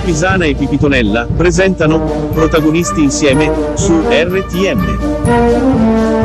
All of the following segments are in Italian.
Pisana e Pipitonella presentano Protagonisti insieme su RTM.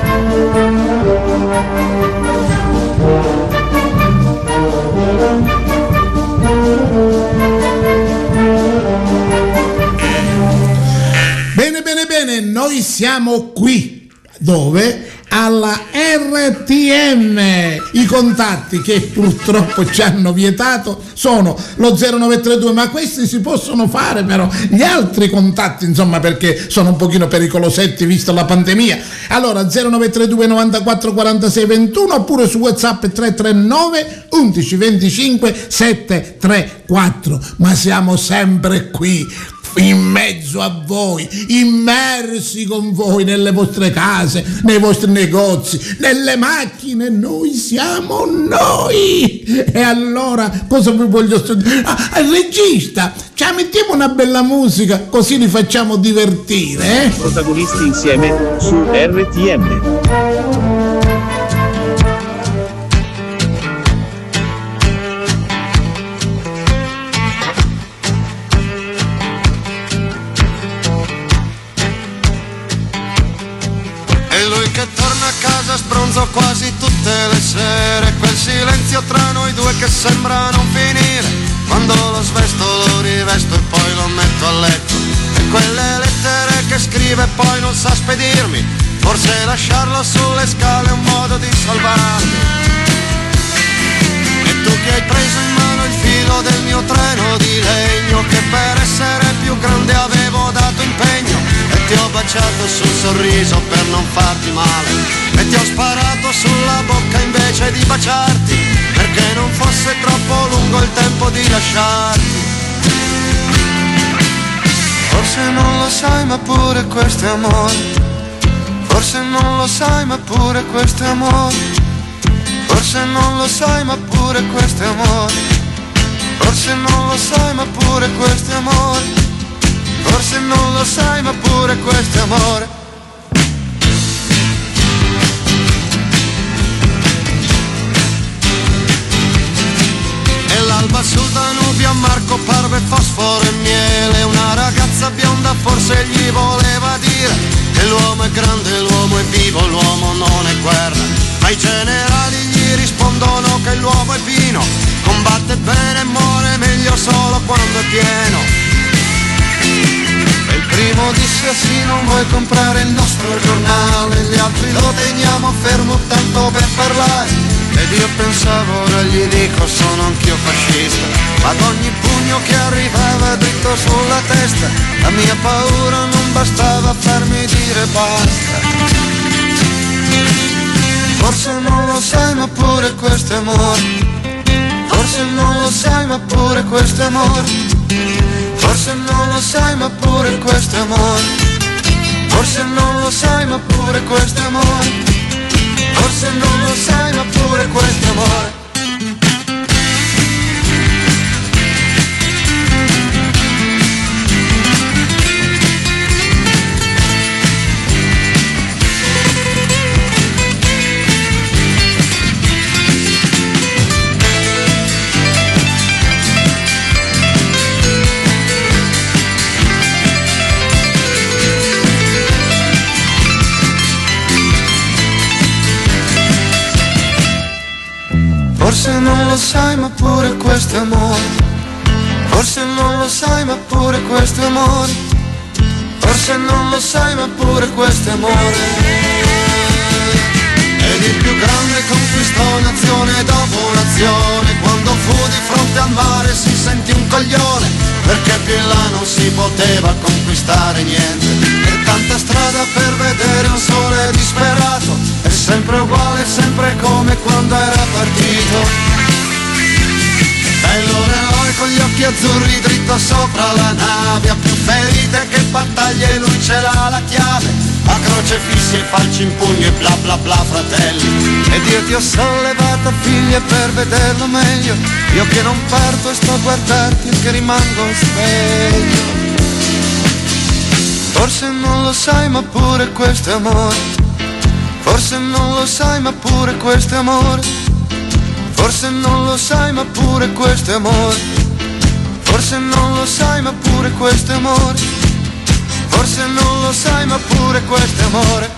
Bene, noi siamo qui. Dove? Alla RTM. I contatti che purtroppo ci hanno vietato sono lo 0932, ma questi si possono fare però gli altri contatti, insomma, perché sono un pochino pericolosetti visto la pandemia. Allora 0932 94 46 21 oppure su WhatsApp 339 11 25 734. Ma siamo sempre qui, in mezzo a voi, immersi con voi nelle vostre case, nei vostri negozi, nelle macchine. Noi siamo noi. E allora cosa vi voglio dire? Regista, cioè mettiamo una bella musica così li facciamo divertire, eh? Protagonisti insieme su RTM. Spronzo quasi tutte le sere, quel silenzio tra noi due che sembra non finire. Quando lo svesto lo rivesto e poi lo metto a letto, e quelle lettere che scrive e poi non sa spedirmi. Forse lasciarlo sulle scale è un modo di salvarmi. E tu che hai preso in mano il filo del mio treno di legno, che per essere più grande avevo dato impegno, e ti ho baciato sul sorriso per non farti male, e ti ho sparato sulla bocca invece di baciarti, perché non fosse troppo lungo il tempo di lasciarti. Forse non lo sai ma pure questo è amore. Forse non lo sai ma pure questo è amore. Forse non lo sai ma pure questo è amore. Forse non lo sai ma pure questo è amore. Forse non lo sai ma pure questo è amore. L'alba sul Danubio a Marco parve fosforo e miele. Una ragazza bionda forse gli voleva dire che l'uomo è grande, l'uomo è vivo, l'uomo non è guerra. Ma i generali gli rispondono che l'uomo è vino, combatte bene e muore meglio solo quando è pieno. E il primo disse sì, non vuoi comprare il nostro giornale, gli altri lo teniamo fermo tanto per parlare. Ed io pensavo, ora gli dico, sono anch'io fascista, ma ad ogni pugno che arrivava dritto sulla testa, la mia paura non bastava a farmi dire basta. Forse non lo sai ma pure questo è amore. Forse non lo sai ma pure questo è amore. Forse non lo sai ma pure questo è amore. Forse non lo sai ma pure questo è amore. Forse non lo sai ma pure questo è amore. Forse non lo sai ma pure questo è amore. Forse non lo sai ma pure questo è amore. Forse non lo sai ma pure questo è amore. Ed il più grande conquistò nazione dopo nazione, quando fu di fronte al mare si sentì un coglione, perché più in là non si poteva conquistare niente. E tanta strada per vedere un sole disperato, è sempre uguale, sempre come quando era partito. Bello eroe con gli occhi azzurri dritto sopra la nave, ha più ferite che battaglie, lui ce l'ha la chiave, a croce fissi e falci in pugno e bla bla bla fratelli. Ed io ti ho sollevata figlia per vederlo meglio, io che non parto e sto a guardarti e che rimango sveglio. Forse non lo sai ma pure questo è amore. Forse non lo sai ma pure questo è amore. Forse non lo sai ma pure questo è amore. Forse non lo sai ma pure questo è amore. Forse non lo sai ma pure questo è amore.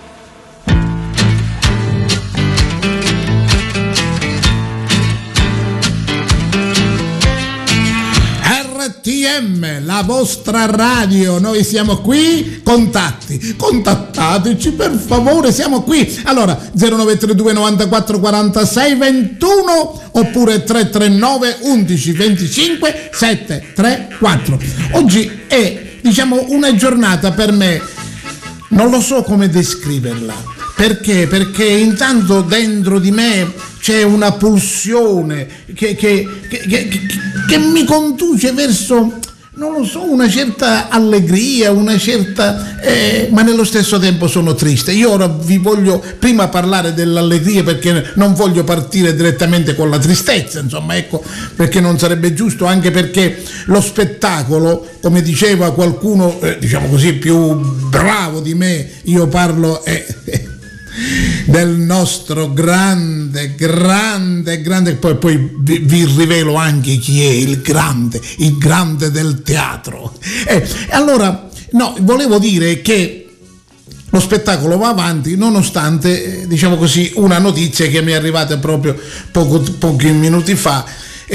RTM, la vostra radio, noi siamo qui, contattateci per favore, siamo qui. Allora 0932 94 46 21 oppure 339 11 25 734. Oggi è, diciamo, una giornata per me, non lo so come descriverla. Perché intanto dentro di me c'è una pulsione che mi conduce verso, non lo so, una certa allegria, una certa ma nello stesso tempo sono triste. Io ora vi voglio prima parlare dell'allegria, perché non voglio partire direttamente con la tristezza, insomma, ecco, perché non sarebbe giusto, anche perché lo spettacolo, come diceva qualcuno diciamo così più bravo di me, io parlo del nostro grande, poi vi rivelo anche chi è il grande del teatro. Allora, no, volevo dire che lo spettacolo va avanti nonostante, diciamo così, una notizia che mi è arrivata proprio pochi minuti fa,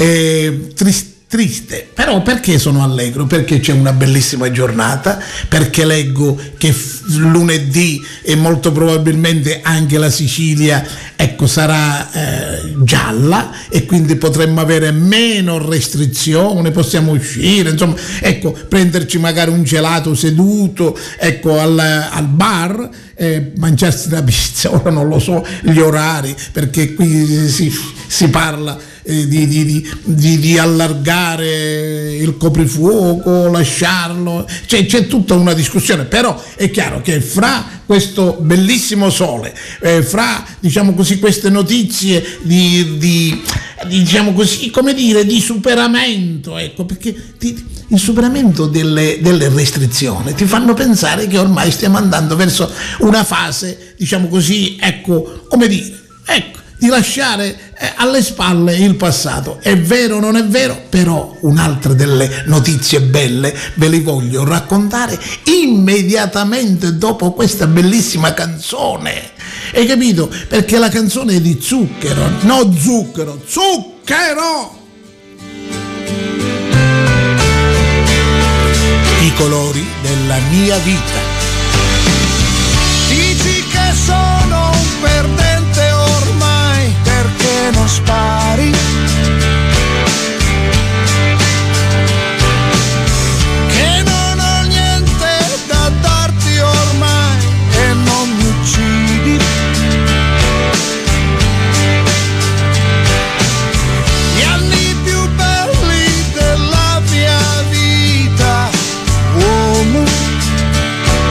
triste. Però perché sono allegro? Perché c'è una bellissima giornata, perché leggo che lunedì e molto probabilmente anche la Sicilia, ecco, sarà gialla, e quindi potremmo avere meno restrizioni, possiamo uscire, insomma, ecco, prenderci magari un gelato seduto, ecco, al bar, mangiarsi la pizza. Ora non lo so gli orari, perché qui si parla di allargare il coprifuoco, lasciarlo, c'è tutta una discussione. Però è chiaro che fra questo bellissimo sole, fra, diciamo così, queste notizie diciamo così, come dire, di superamento, ecco, perché il superamento delle restrizioni ti fanno pensare che ormai stiamo andando verso una fase, diciamo così, ecco, come dire, ecco, di lasciare alle spalle il passato. È vero o non è vero? Però un'altra delle notizie belle ve le voglio raccontare immediatamente dopo questa bellissima canzone. Hai capito? Perché la canzone è di Zucchero, no zucchero, zucchero! I colori della mia vita. Dici che sono un perdente ormai perché non spari, che non ho niente da darti ormai e non mi uccidi. Gli anni più belli della mia vita, uomo,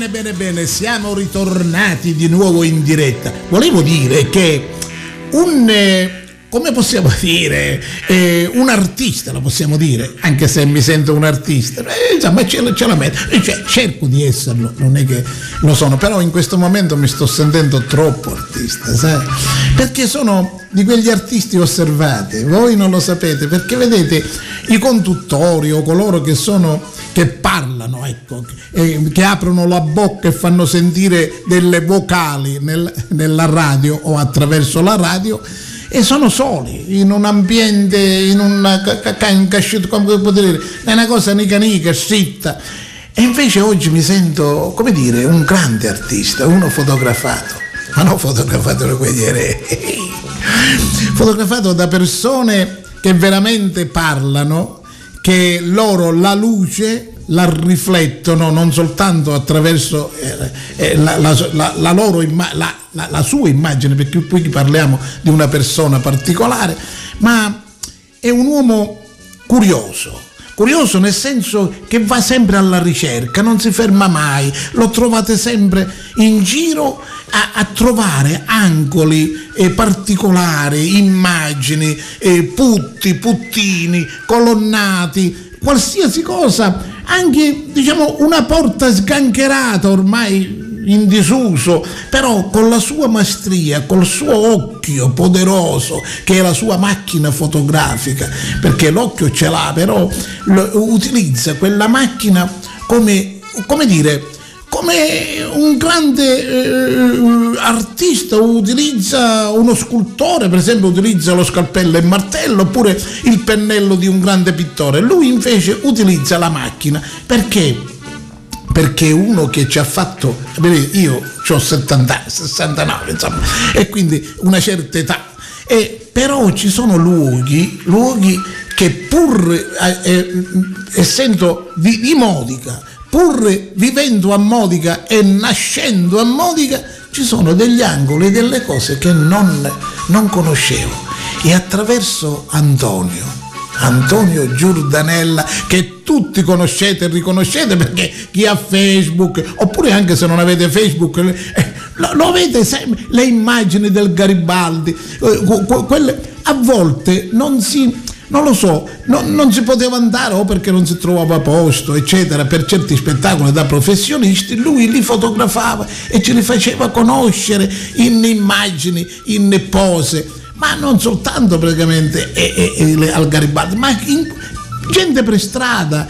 Bene, siamo ritornati di nuovo in diretta. Volevo dire che come possiamo dire, un artista, lo possiamo dire, anche se mi sento un artista, insomma ce la metto, cerco di esserlo, non è che lo sono, però in questo momento mi sto sentendo troppo artista, sai? Perché sono di quegli artisti osservati, voi non lo sapete, perché vedete i conduttori o coloro che parlano, ecco, che aprono la bocca e fanno sentire delle vocali nella radio o attraverso la radio, e sono soli in un ambiente, in una cascetta, come posso dire, è una cosa nica scitta. E invece oggi mi sento, come dire, un grande artista, uno fotografato, ma non fotografato da quegli eredi, fotografato da persone che veramente parlano, che loro la luce la riflettono non soltanto attraverso la loro la sua immagine, perché qui parliamo di una persona particolare, ma è un uomo curioso nel senso che va sempre alla ricerca, non si ferma mai, lo trovate sempre in giro a trovare angoli particolari, immagini, puttini, colonnati, qualsiasi cosa, anche diciamo una porta sgancherata ormai in disuso, però con la sua maestria, col suo occhio poderoso che è la sua macchina fotografica, perché l'occhio ce l'ha, però utilizza quella macchina come un grande artista utilizza, uno scultore per esempio utilizza lo scalpello e il martello, oppure il pennello di un grande pittore. Lui invece utilizza la macchina. Perché uno che ci ha fatto, io ho 70 anni, 69 insomma, e quindi una certa età, però ci sono luoghi che pur essendo di Modica, pur vivendo a Modica e nascendo a Modica, ci sono degli angoli e delle cose che non conoscevo, e attraverso Antonio Giurdanella, che tutti conoscete e riconoscete, perché chi ha Facebook, oppure anche se non avete Facebook, lo avete sempre, le immagini del Garibaldi, quelle a volte non si poteva andare, o perché non si trovava posto, eccetera, per certi spettacoli da professionisti. Lui li fotografava e ce li faceva conoscere in immagini, in pose, ma non soltanto praticamente al Garibaldi, ma gente per strada,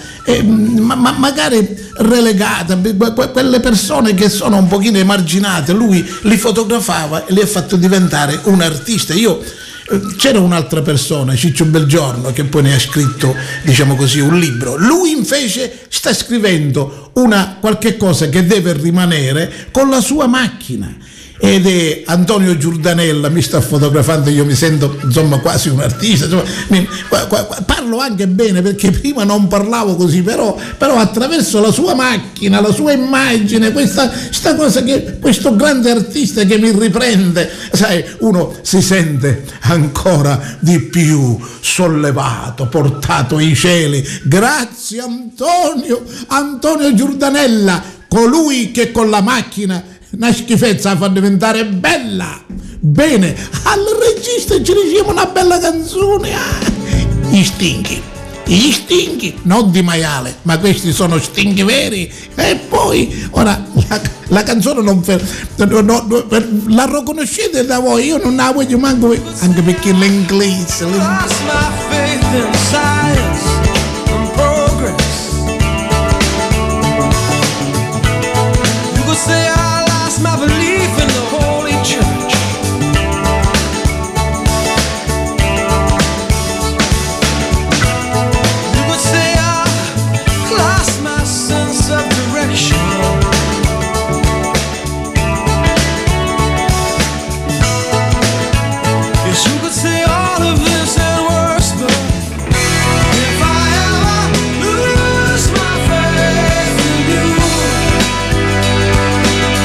magari relegata, quelle persone che sono un pochino emarginate, lui li fotografava e li ha fatto diventare un artista. C'era un'altra persona, Ciccio Belgiorno, che poi ne ha scritto, diciamo così, un libro. Lui invece sta scrivendo qualche cosa che deve rimanere con la sua macchina. Ed è Antonio Giurdanella, mi sta fotografando, io mi sento insomma quasi un artista, insomma, parlo anche bene perché prima non parlavo così, però attraverso la sua macchina, la sua immagine, questa cosa, che questo grande artista che mi riprende, sai, uno si sente ancora di più sollevato, portato ai cieli. Grazie Antonio Giurdanella, colui che con la macchina una schifezza la fa diventare bella. Bene, al regista ci diciamo una bella canzone. Gli stinghi, non di maiale, ma questi sono stinghi veri. E poi ora la canzone la riconoscete da voi, io non la voglio manco, anche perché l'inglese. My belief in the Holy Church. You could say I lost my sense of direction. Yes, you could say all of this and worse, but if I ever lose my faith in you,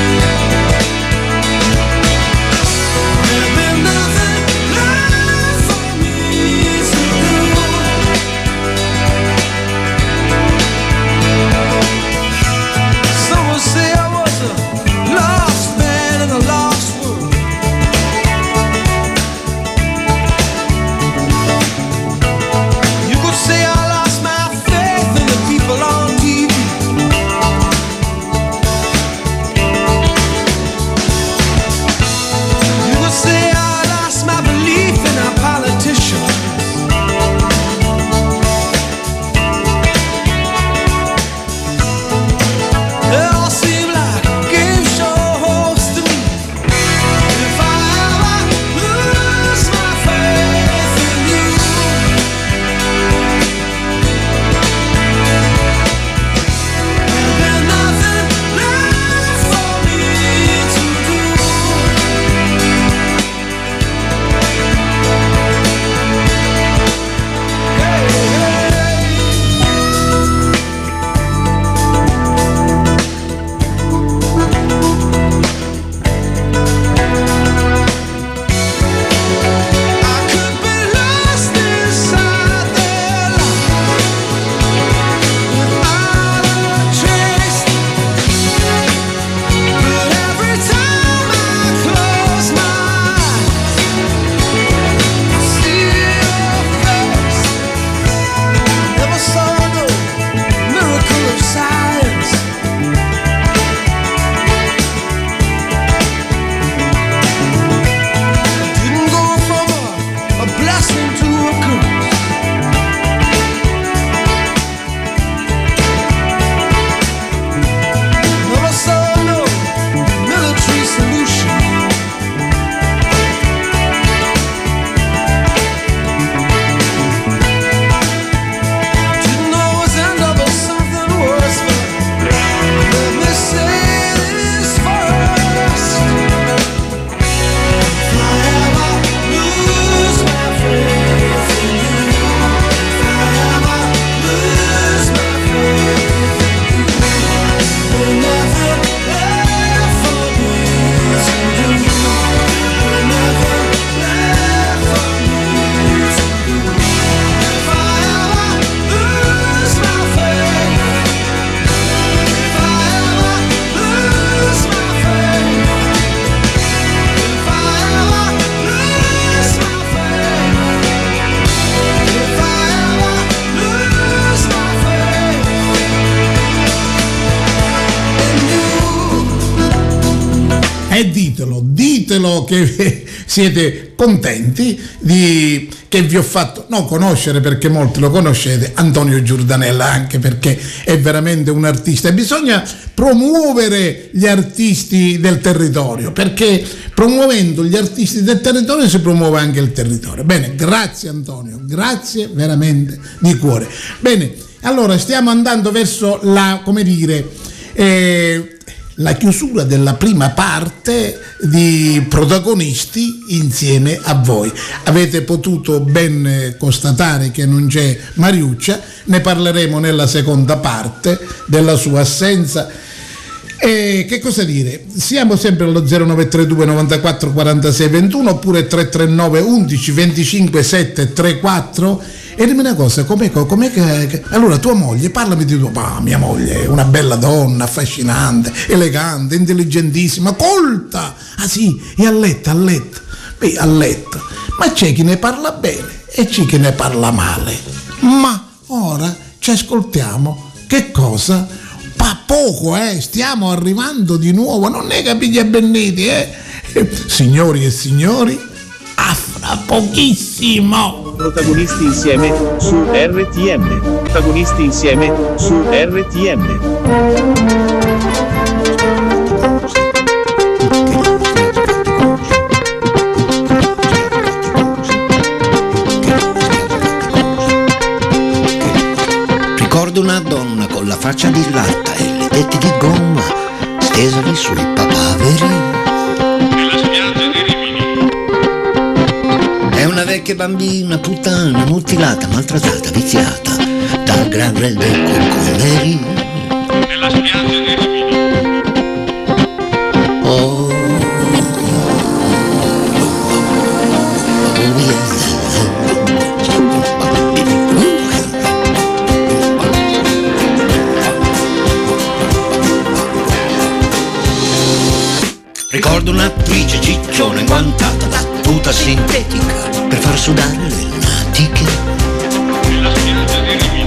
ditelo che siete contenti che vi ho fatto conoscere, perché molti lo conoscete, Antonio Giordanella, anche perché è veramente un artista, e bisogna promuovere gli artisti del territorio, perché promuovendo gli artisti del territorio si promuove anche il territorio. Bene, grazie Antonio, grazie veramente di cuore. Bene, allora stiamo andando verso la chiusura della prima parte di Protagonisti insieme a voi. Avete potuto ben constatare che non c'è Mariuccia, ne parleremo nella seconda parte della sua assenza. E che cosa dire? Siamo sempre allo 0932 94 46 21 oppure 339 11 25 734. E dimmi una cosa, com'è che... Allora, tua moglie, parlami di mia moglie è una bella donna, affascinante, elegante, intelligentissima, colta. Ah sì, e a letto. Beh, a letto. Ma c'è chi ne parla bene e c'è chi ne parla male. Ma ora ci ascoltiamo. Che cosa? Poco, stiamo arrivando di nuovo, non è che piglia benniti, Signori e signori, a fra pochissimo. Protagonisti insieme su RTM. Protagonisti insieme su RTM. Ricordo una donna con la faccia di latta e le tette di gomma stesa lì sui papaveri. È una vecchia bambina, puttana, mutilata, maltrattata, viziata dal gran re dei coccoleri. Nella spiaggia dei Rimini. Oh. Ricordo un'attrice cicciona inguantata da tuta sintetica per far sudare le natiche nella spiaggia di Rimini.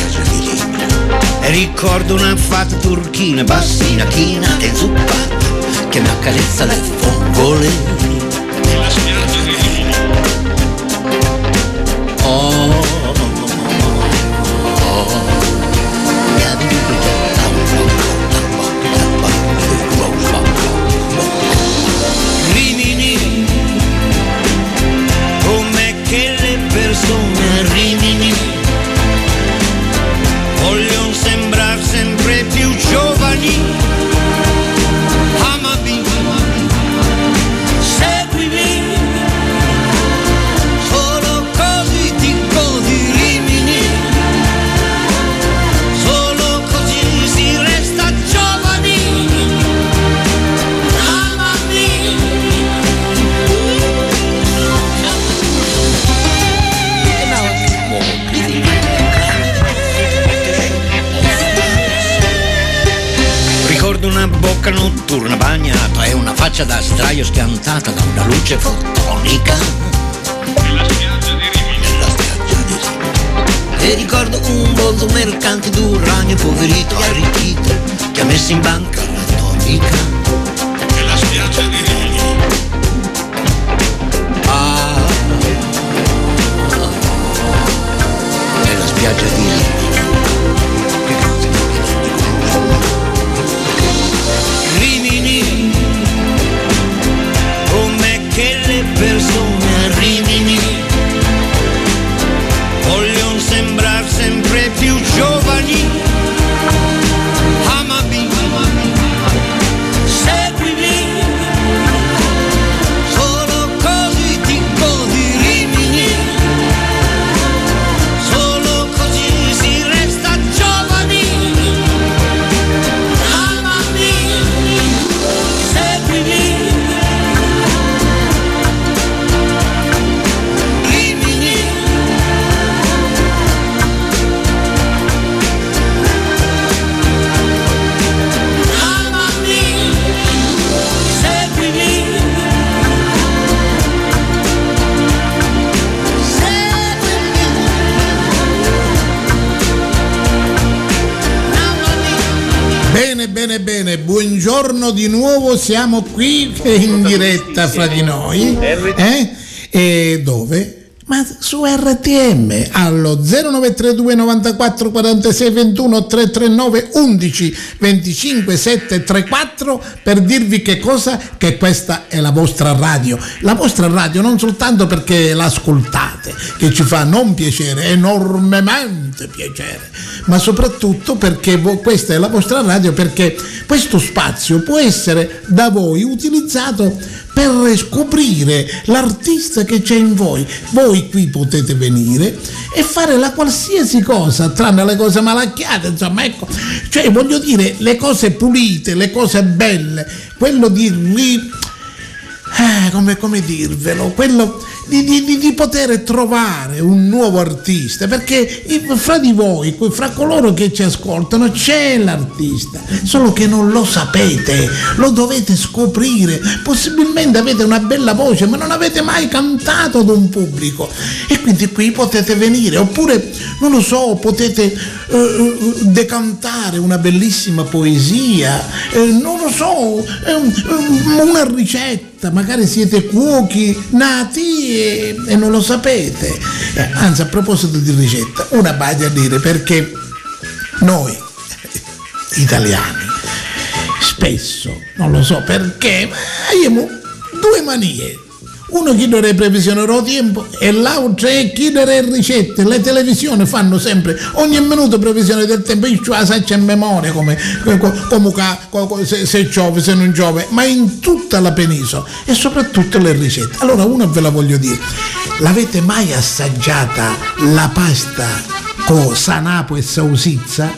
E ricordo una fata turchina, bassina, china e zuppata che mi accarezza le fongole nella spiaggia di Rimini. Rimini, com'è che le persone a Rimini vogliono sembrare sempre più giovani. Amami, seguimi, solo così ti godi Rimini, solo così si resta giovani. Amami. Ricordo una bocca notturna bagnata e una faccia da sdraio schiantata da una luce fotonica nella spiaggia di Rimini. E ricordo un volto mercante d'uranio poverito, arricchito, che ha messo in banca la tua amica nella spiaggia di Rimini. Nella spiaggia di Rimini. Rimini, com'è che le persone a Rimini vogliono sembrare sempre più giovani. Amami, Bene, buongiorno di nuovo, siamo qui in diretta fra di noi. E dove? Ma su RTM allo 0932 94 46 21 339 11 25 734 per dirvi che cosa? Che questa è la vostra radio non soltanto perché l'ascoltate, che ci fa non piacere, enormemente piacere, ma soprattutto perché questa è la vostra radio, perché questo spazio può essere da voi utilizzato per scoprire l'artista che c'è in voi. Voi qui potete venire e fare la qualsiasi cosa, tranne le cose malacchiate, insomma, ecco, cioè voglio dire, le cose pulite, le cose belle, quello di come dirvelo, quello di poter trovare un nuovo artista, perché fra di voi, fra coloro che ci ascoltano, c'è l'artista, solo che non lo sapete, lo dovete scoprire. Possibilmente avete una bella voce, ma non avete mai cantato ad un pubblico, e quindi qui potete venire, oppure non lo so, potete decantare una bellissima poesia, non lo so, una ricetta, magari siete cuochi nati e non lo sapete. Anzi, a proposito di ricetta, una badia a dire, perché noi italiani spesso, non lo so perché, ma abbiamo due manie. Uno chiedere le previsioni del tempo e l'altro è chiedere ricette. Le televisioni fanno sempre ogni minuto previsione del tempo, io la saccio in memoria come se piove, se non piove, ma in tutta la penisola, e soprattutto le ricette. Allora, una ve la voglio dire: l'avete mai assaggiata la pasta con sanapo e sausizza?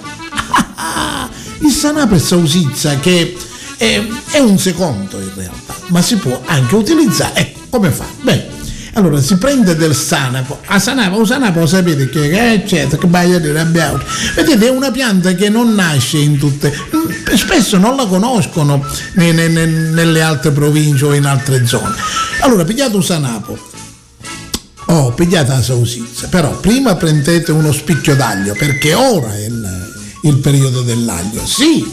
Il sanapo e sausizza, che è un secondo in realtà, ma si può anche utilizzare. Come fa? Beh, allora si prende del sanapo. A sanapo sapete che eccetera, che baglia dire abbiamo. Vedete, è una pianta che non nasce in tutte, spesso non la conoscono nelle altre province o in altre zone. Allora, pigliate un sanapo, pigliate la sausizza, però prima prendete uno spicchio d'aglio, perché ora è il periodo dell'aglio. Sì,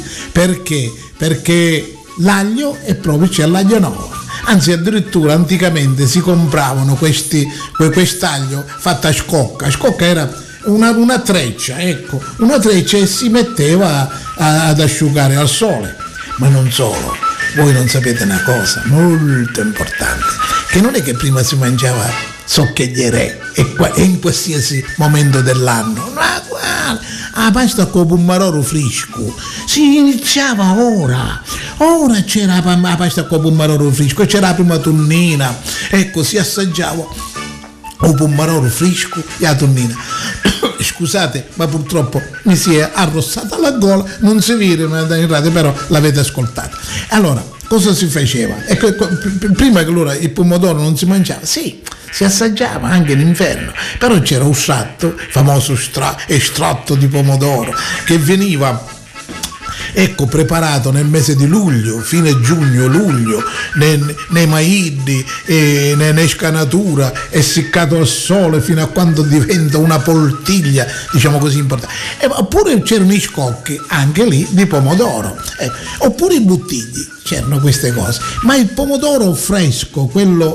perché l'aglio è proprio, c'è l'aglio nuovo. Anzi, addirittura anticamente si compravano quest'aglio fatto a scocca. A scocca era una treccia, ecco, una treccia, e si metteva ad asciugare al sole. Ma non solo, voi non sapete una cosa molto importante, che non è che prima si mangiava socchegliere e in qualsiasi momento dell'anno, ma guarda, la pasta con pomodoro fresco si iniziava ora c'era la pasta con pomodoro fresco, c'era la prima tonnina, ecco, si assaggiava il pomodoro fresco e la tonnina. Scusate, ma purtroppo mi si è arrossata la gola, non si vede in radio, però l'avete ascoltata. Allora, cosa si faceva? Ecco, prima che allora il pomodoro non si mangiava, sì, si assaggiava anche in inverno, però c'era un il famoso estratto di pomodoro, che veniva, ecco, preparato nel mese di luglio, fine giugno-luglio, nei maiddi, nelle scanatura, essiccato al sole fino a quando diventa una poltiglia, diciamo così, importante. Oppure c'erano i scocchi, anche lì, di pomodoro, oppure i bottigli, c'erano queste cose. Ma il pomodoro fresco, quello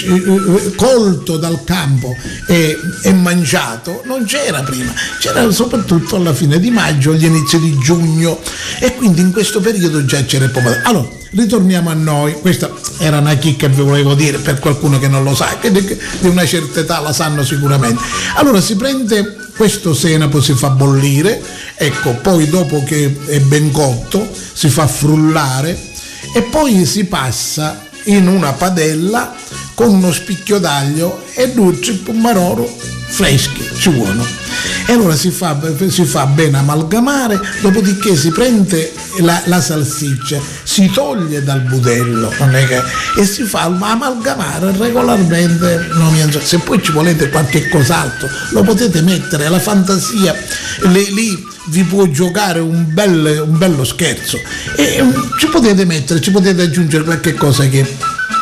colto dal campo e mangiato, non c'era prima, c'era soprattutto alla fine di maggio, agli inizi di giugno, e quindi in questo periodo già c'era il pomodoro. Allora, ritorniamo a noi. Questa era una chicca che vi volevo dire, per qualcuno che non lo sa, che di una certa età la sanno sicuramente. Allora, si prende questo senapo, si fa bollire, ecco, poi dopo che è ben cotto si fa frullare e poi si passa in una padella con uno spicchio d'aglio e due pomodoro freschi, ci vuono. E allora si fa bene amalgamare, dopodiché si prende la salsiccia, si toglie dal budello, non è che, e si fa amalgamare regolarmente. Se poi ci volete qualche cos'altro lo potete mettere, la fantasia lì vi può giocare un bello scherzo, e ci potete aggiungere qualche cosa che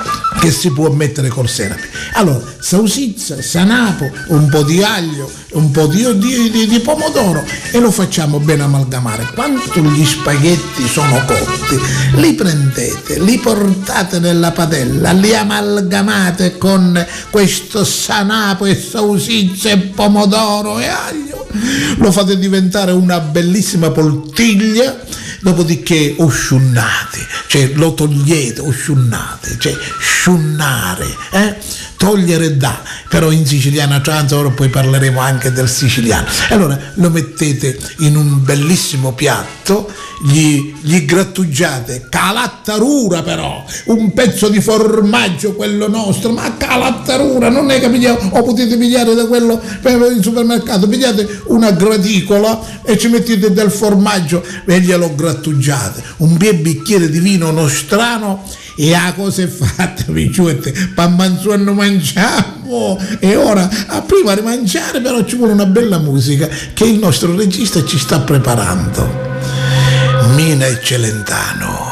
che si può mettere col senape. Allora, sausizza, sanapo, un po' di aglio, un po' di pomodoro e lo facciamo bene amalgamare. Quando gli spaghetti sono cotti, li prendete, li portate nella padella, li amalgamate con questo sanapo e sausizza e pomodoro e aglio, lo fate diventare una bellissima poltiglia. Dopodiché osciunnate, cioè lo togliete, osciunnate, cioè sciunnare, togliere da, però in siciliano a pranzo, ora poi parleremo anche del siciliano. Allora lo mettete in un bellissimo piatto, gli grattugiate, calattarura però, un pezzo di formaggio quello nostro, ma calattarura, non è che pigliate, o potete pigliare da quello in supermercato, pigliate una graticola e ci mettete del formaggio e glielo grattugiate, un bicchiere di vino nostrano e la cosa è fatta, picciuette, pammanzuano mangiamo. E ora, prima di mangiare però ci vuole una bella musica che il nostro regista ci sta preparando. Mina e Celentano,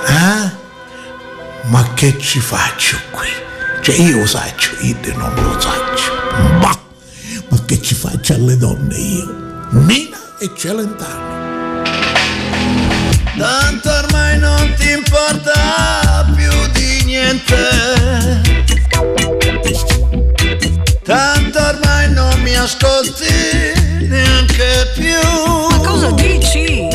ma che ci faccio qui? Cioè io saccio, io non lo saccio, ma che ci faccio alle donne io? Mina e Celentano. Tanto ormai non ti importa più di niente, tanto ormai non mi ascolti neanche più. Ma cosa dici?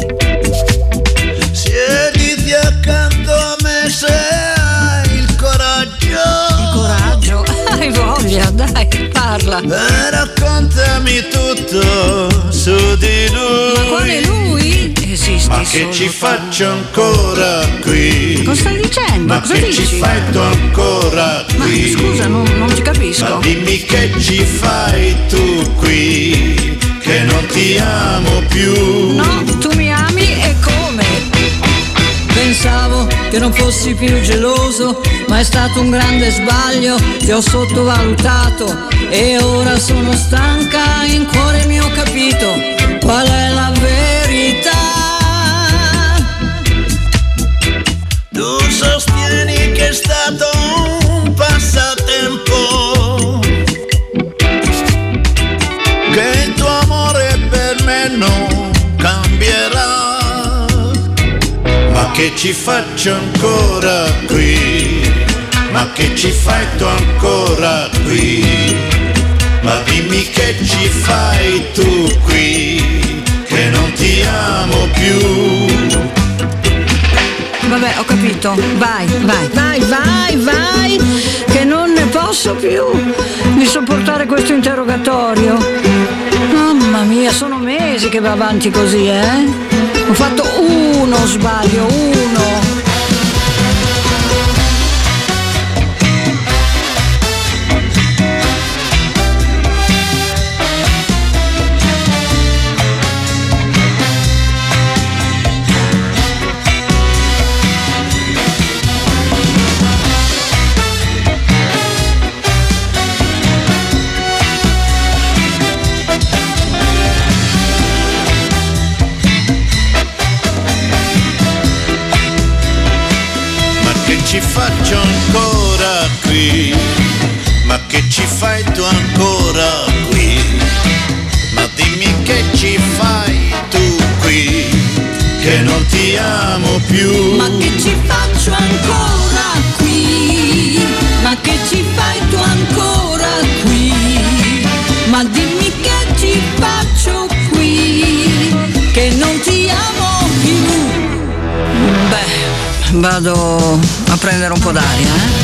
Siediti accanto a me se hai il coraggio. Il coraggio? Hai voglia, dai, parla. Raccontami tutto su di lui. Ma quale lui? Esisti ma che solo ci tu. faccio ancora qui? Cosa stai dicendo? Ma Cosa che dici? ci fai tu ancora Ma qui? scusa, non ti capisco. Ma dimmi che ci fai tu qui, che non ti amo più. No, tu mi ami e come? Pensavo che non fossi più geloso, ma è stato un grande sbaglio, ti ho sottovalutato e ora sono stanca, in cuore mi ho capito qual è la verità. Tu sostieni che è stato un passatempo, che il tuo amore per me non cambierà. Ma che ci faccio ancora qui? Ma che ci fai tu ancora qui? Ma dimmi che ci fai tu qui, che non ti amo più. Vabbè, ho capito. Vai, che non ne posso più di sopportare questo interrogatorio. Mamma mia, sono mesi che va avanti così, Ho fatto uno sbaglio, uno. Ci faccio ancora qui? Ma che ci fai tu ancora qui? Ma dimmi che ci fai tu qui, che non ti amo più. Ma che ci faccio ancora qui? Ma che ci fai tu ancora qui? Ma dimmi che ci faccio qui, che non ti amo più. Beh, vado a prendere un po' d'aria,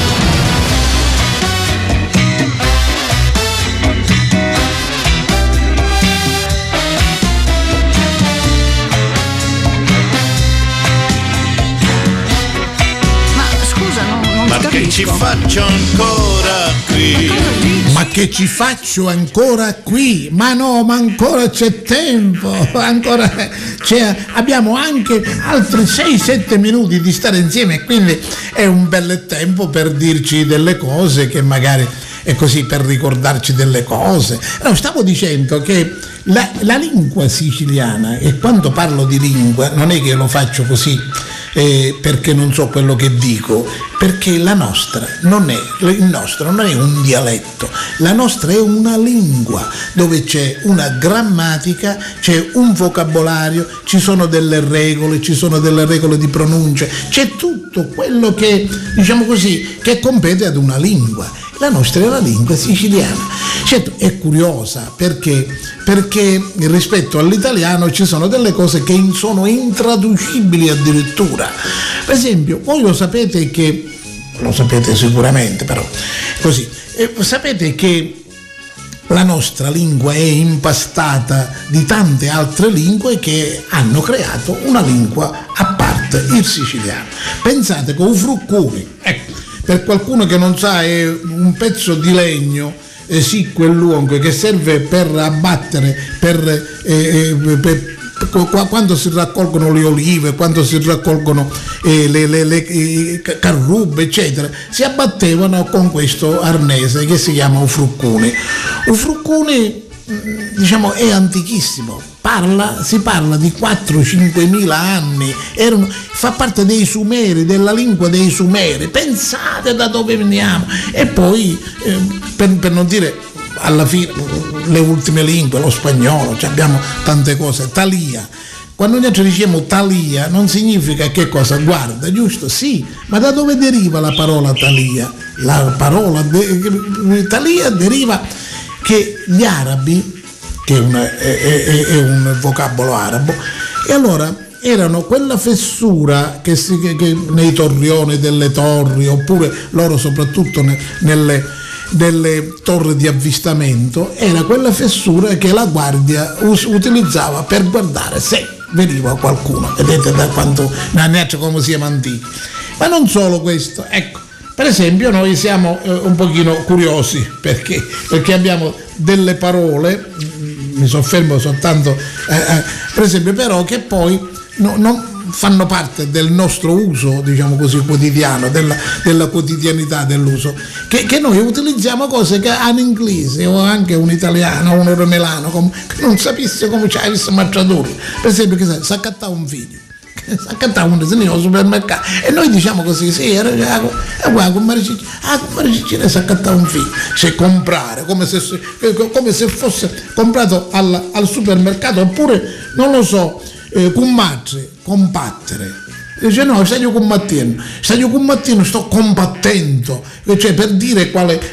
Ma scusa, non Ma ti che ci capisco. faccio ancora qui? Ma che ci faccio ancora qui? Ma no, ma ancora c'è tempo, ancora abbiamo anche altri 6-7 minuti di stare insieme e quindi è un bel tempo per dirci delle cose che magari è così, per ricordarci delle cose. No, stavo dicendo che la lingua siciliana, e quando parlo di lingua non è che lo faccio così perché non so quello che dico, perché la nostra il nostro non è un dialetto, la nostra è una lingua dove c'è una grammatica, c'è un vocabolario, ci sono delle regole di pronuncia, c'è tutto quello che, diciamo così, che compete ad una lingua. La nostra è la lingua siciliana. Certo, è curiosa perché rispetto all'italiano ci sono delle cose che sono intraducibili addirittura. Per esempio, voi lo sapete sicuramente, però così, sapete che la nostra lingua è impastata di tante altre lingue che hanno creato una lingua a parte, il siciliano. Pensate che un fruccuni, ecco, per qualcuno che non sa, è un pezzo di legno sicco e lungo che serve per abbattere, quando si raccolgono le olive, quando si raccolgono le carrubbe, eccetera, si abbattevano con questo arnese che si chiama un fruccune. Un fruccune, diciamo, è antichissimo, si parla di 4-5 mila anni, fa parte dei Sumeri, della lingua dei Sumeri, pensate da dove veniamo. E poi per non dire alla fine le ultime lingue, lo spagnolo, abbiamo tante cose. Talia, quando noi diciamo talia non significa che cosa? Guarda, giusto? Sì, ma da dove deriva la parola talia? La parola talia deriva che gli arabi, che è un vocabolo arabo, e allora erano quella fessura che nei torrioni delle torri, oppure loro soprattutto delle torri di avvistamento, era quella fessura che la guardia utilizzava per guardare se veniva qualcuno. Vedete da quanto come siamo antichi. Ma non solo questo, ecco. Per esempio noi siamo un pochino curiosi perché abbiamo delle parole, mi soffermo soltanto, per esempio, però che poi non fanno parte del nostro uso, diciamo così, quotidiano, della quotidianità dell'uso, che noi utilizziamo cose che hanno inglese o anche un italiano o un romelano che non sapesse come c'è visto marciatura. Per esempio, che sa accattare un figlio, s'accattava un disegnino al supermercato e noi diciamo così, sì, era come Maricicina s'accattava un figlio, se comprare come se fosse comprato al supermercato, oppure non lo so, combattere. Dice no, stadio combattendo, sto combattendo, cioè per dire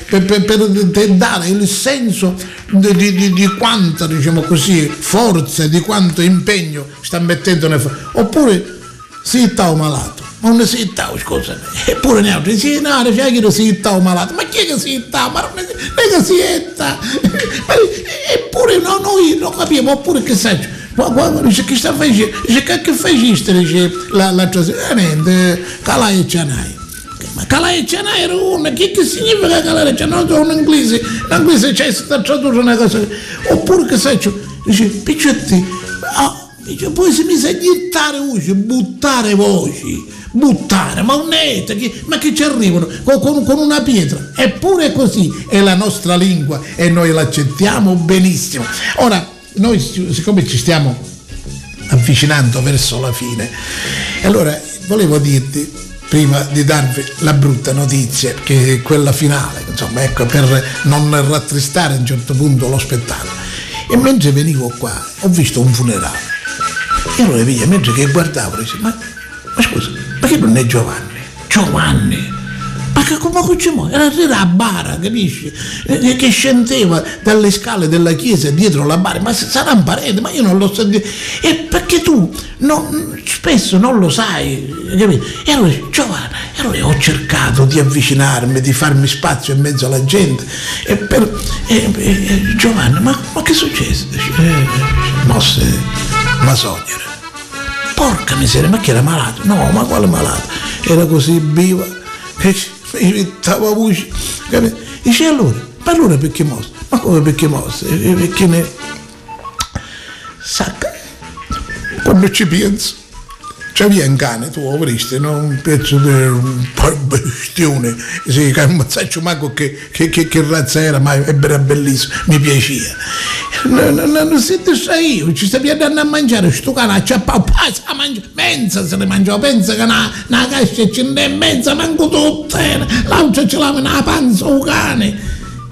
per dare il senso di quanta, diciamo così, forza, di quanto impegno sta mettendo oppure si sta malato, ma non si sta, scusami, eppure ne altri si sta malato, ma chi è che si sta, ma non è che si sta, eppure no, noi lo capiamo, oppure che sai. Quando dice che sta facendo, dice che faciste, dice la niente, calai e cianai. Ma calai e cianai era una, che significa calai e cianai? Non so, in inglese c'è stata tradurre una cosa, oppure che sai, dice, piccetti, dice, poi si mise a buttare voci, ma un ma che ci arrivano con una pietra, eppure è così, è la nostra lingua e noi l'accettiamo benissimo. Ora, noi siccome ci stiamo avvicinando verso la fine, allora volevo dirti, prima di darvi la brutta notizia, che è quella finale, insomma, ecco, per non rattristare a un certo punto lo spettacolo, e mentre venivo qua ho visto un funerale e allora via, mentre che guardavo dice, ma scusa, ma che non è Giovanni? Ma che come era a bara, capisci? Che scendeva dalle scale della chiesa dietro la bara, ma sarà un parente, ma io non lo so. E perché tu spesso non lo sai, capito? E allora Giovanni, allora ho cercato di avvicinarmi, di farmi spazio in mezzo alla gente. Giovanni, ma che è successo? Mosse, ma sognere. Porca miseria, ma che era malato? No, ma quale malato? Era così viva che imitava voce, capito? Dice allora perché mosse? Ma come perché mosse? Perché ne sacca, quando ci penso c'aveva un cane, tu avresti, no? Un pezzo di un bestione, sì, che non so manco che razza era, ma era bellissimo, mi piaceva. Non si io, ci stiamo andando a mangiare sto cane a ciappao, a mangiare, pensa se ne mangiavo, pensa che una cascia ce n'è mezza, manco tutte, l'altra ce l'ha nella panza o cane.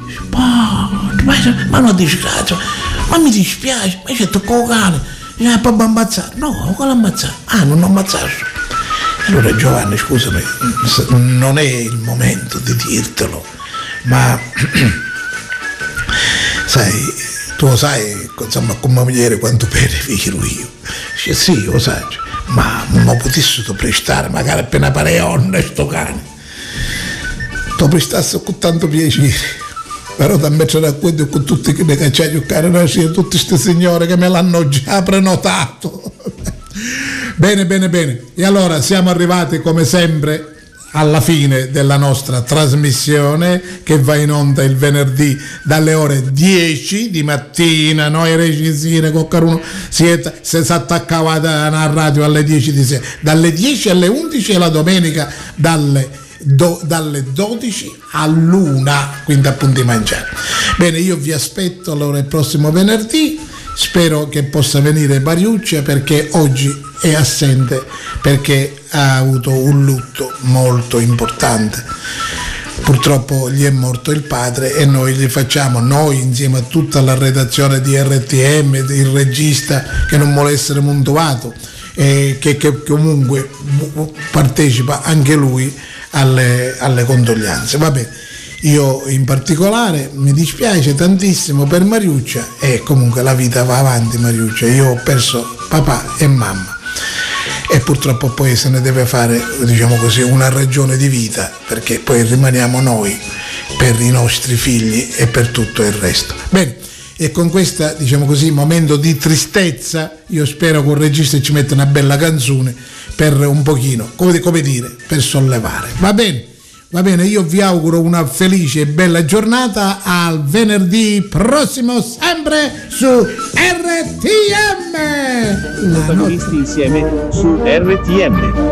Ma non disgrazia, ma mi dispiace, ma c'è tocco il cane, bisogna proprio ammazzare, no, quello ammazzare, non ammazzato. Allora Giovanni, scusami, non è il momento di dirtelo, ma sai, tu lo sai, insomma, come moglie quanto bene viro io. Dice, sì, lo sai, ma non potessi prestare magari appena pare onna sto cane. Ti prestassi con tanto piacere, però da mettere a cuore con tutti che mi cacciano il cane, tutte queste signore che me l'hanno già prenotato. Bene. E allora siamo arrivati come sempre alla fine della nostra trasmissione che va in onda il venerdì dalle ore 10 di mattina. Noi recensire con Caruno se si attaccava alla radio alle 10 di sera, dalle 10 alle 11 e la domenica dalle 12 all'1, quindi appunto di mangiare. Bene, io vi aspetto allora il prossimo venerdì. Spero che possa venire Mariuccia perché oggi è assente perché ha avuto un lutto molto importante. Purtroppo gli è morto il padre e noi gli facciamo, noi insieme a tutta la redazione di RTM, il regista che non vuole essere montuato e che comunque partecipa anche lui alle condoglianze. Vabbè. Io in particolare mi dispiace tantissimo per Mariuccia e comunque la vita va avanti Mariuccia, io ho perso papà e mamma e purtroppo poi se ne deve fare, diciamo così, una ragione di vita perché poi rimaniamo noi per i nostri figli e per tutto il resto. Bene, e con questa, diciamo così, momento di tristezza io spero che il regista ci metta una bella canzone per un pochino, come dire, per sollevare. Va bene, io vi auguro una felice e bella giornata, al venerdì prossimo sempre su RTM. Protagonisti insieme su RTM.